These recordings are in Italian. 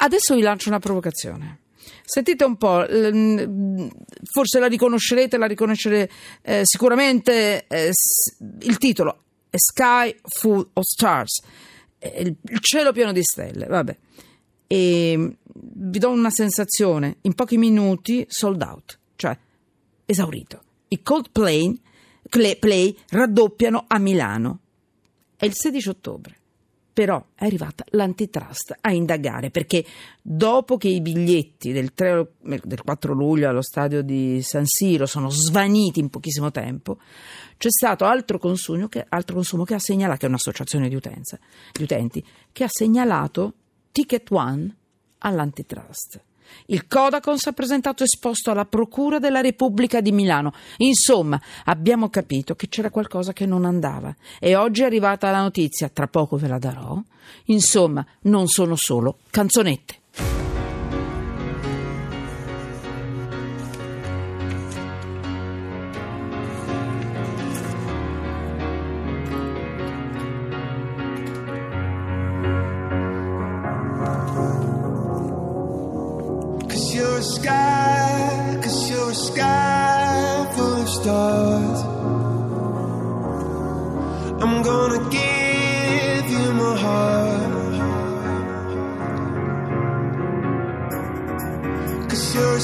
Adesso vi lancio una provocazione. Sentite un po', forse la riconoscerete sicuramente, il titolo A Sky Full of Stars, il cielo pieno di stelle, vabbè. E vi do una sensazione: in pochi minuti sold out, cioè esaurito. I Coldplay raddoppiano a Milano. È il 16 ottobre. Però è arrivata l'antitrust a indagare, perché dopo che i biglietti del 4 luglio allo stadio di San Siro sono svaniti in pochissimo tempo, c'è stato altro consumo che ha segnalato, che è un'associazione di utenti, che ha segnalato Ticket One all'antitrust. Il Codacons ha presentato esposto alla Procura della Repubblica di Milano. Insomma, abbiamo capito che c'era qualcosa che non andava e oggi è arrivata la notizia, tra poco ve la darò. Insomma, non sono solo canzonette. Cause you're a sky full of stars. I'm gonna give you my heart. Cause you're a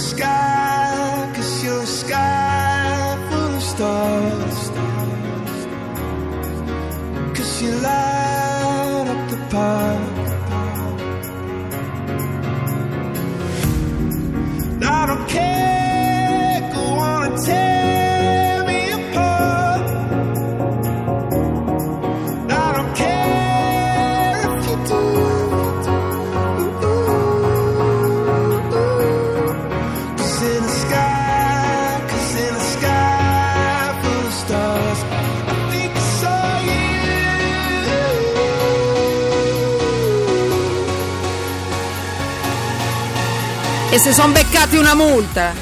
sky full of stars. Cause you light up the park. I don't care, go on and tear me apart. I don't care if you do. Cause in the sky full of stars, I think I saw you. E se son beccati una multa,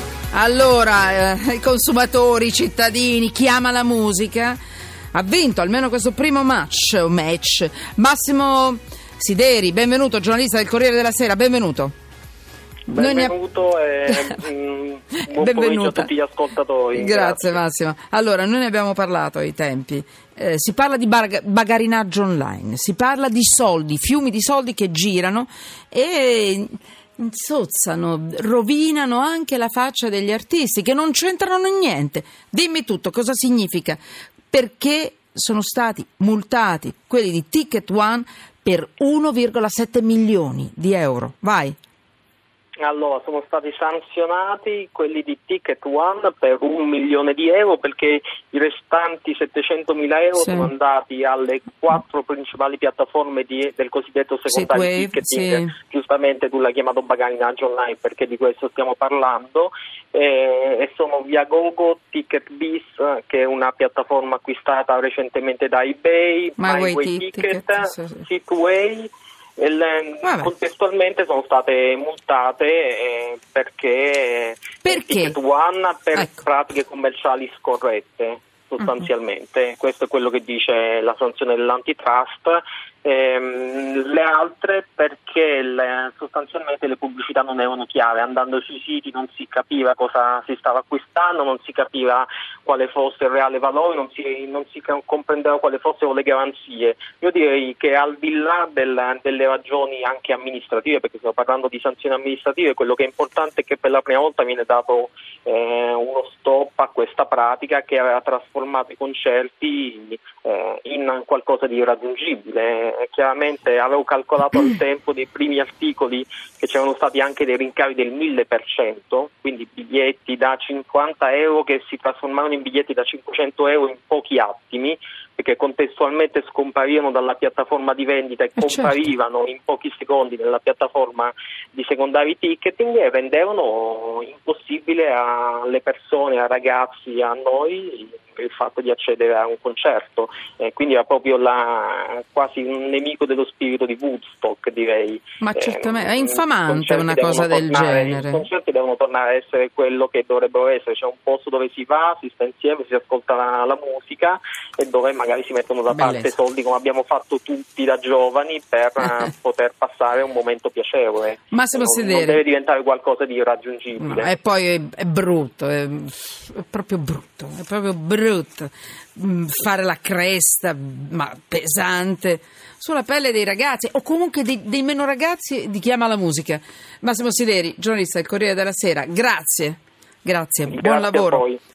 allora i consumatori, i cittadini, chi ama la musica ha vinto almeno questo primo match. Massimo Sideri, benvenuto, giornalista del Corriere della Sera, benvenuto. Benvenuto e buon pomeriggio a tutti gli ascoltatori. Grazie Massimo. Allora, noi ne abbiamo parlato ai tempi. Si parla di bagarinaggio online, si parla di soldi, fiumi di soldi che girano e insozzano, rovinano anche la faccia degli artisti che non c'entrano niente. Dimmi tutto, cosa significa? Perché sono stati multati quelli di Ticket One per 1,7 milioni di euro? Vai. Allora, sono stati sanzionati quelli di Ticket One per 1 milione di euro perché i restanti 700.000 euro sono andati alle 4 principali piattaforme del cosiddetto secondario ticketing. Giustamente tu l'hai chiamato bagarinaggio online perché di questo stiamo parlando, e sono Viagogo, TicketBiz, che è una piattaforma acquistata recentemente da eBay, MyWayTicket, Seatway. Contestualmente sono state multate perché Ticket One per pratiche commerciali scorrette, sostanzialmente. Questo è quello che dice la sanzione dell'antitrust. Le altre perché sostanzialmente le pubblicità non erano chiare, andando sui siti non si capiva cosa si stava acquistando, non si capiva quale fosse il reale valore, non si comprendeva quali fossero le garanzie. Io direi che al di là delle ragioni anche amministrative, perché stiamo parlando di sanzioni amministrative, quello che è importante è che per la prima volta viene dato uno stop a questa pratica che aveva trasformato i concerti in qualcosa di irraggiungibile. Chiaramente avevo calcolato al tempo dei primi articoli che c'erano stati anche dei rincari del 1000%, quindi biglietti da 50 euro che si trasformavano in biglietti da 500 euro in pochi attimi, perché contestualmente scomparivano dalla piattaforma di vendita e comparivano in pochi secondi nella piattaforma di secondary ticketing e rendevano impossibile alle persone, ai ragazzi, a noi il fatto di accedere a un concerto, quindi era proprio quasi un nemico dello spirito di Woodstock, direi. Ma certamente, è infamante una cosa del genere. I concerti devono devono tornare a essere quello che dovrebbero essere, c'è un posto dove si va, si sta insieme, si ascolta la musica e dove magari si mettono da parte soldi come abbiamo fatto tutti da giovani per poter passare un momento piacevole. Massimo Sedere. Non deve diventare qualcosa di irraggiungibile. E poi è brutto, è proprio brutto fare la cresta, ma pesante, sulla pelle dei ragazzi o comunque dei meno ragazzi di chi ama la musica. Massimo Sideri, giornalista del Corriere della Sera, grazie, buon lavoro.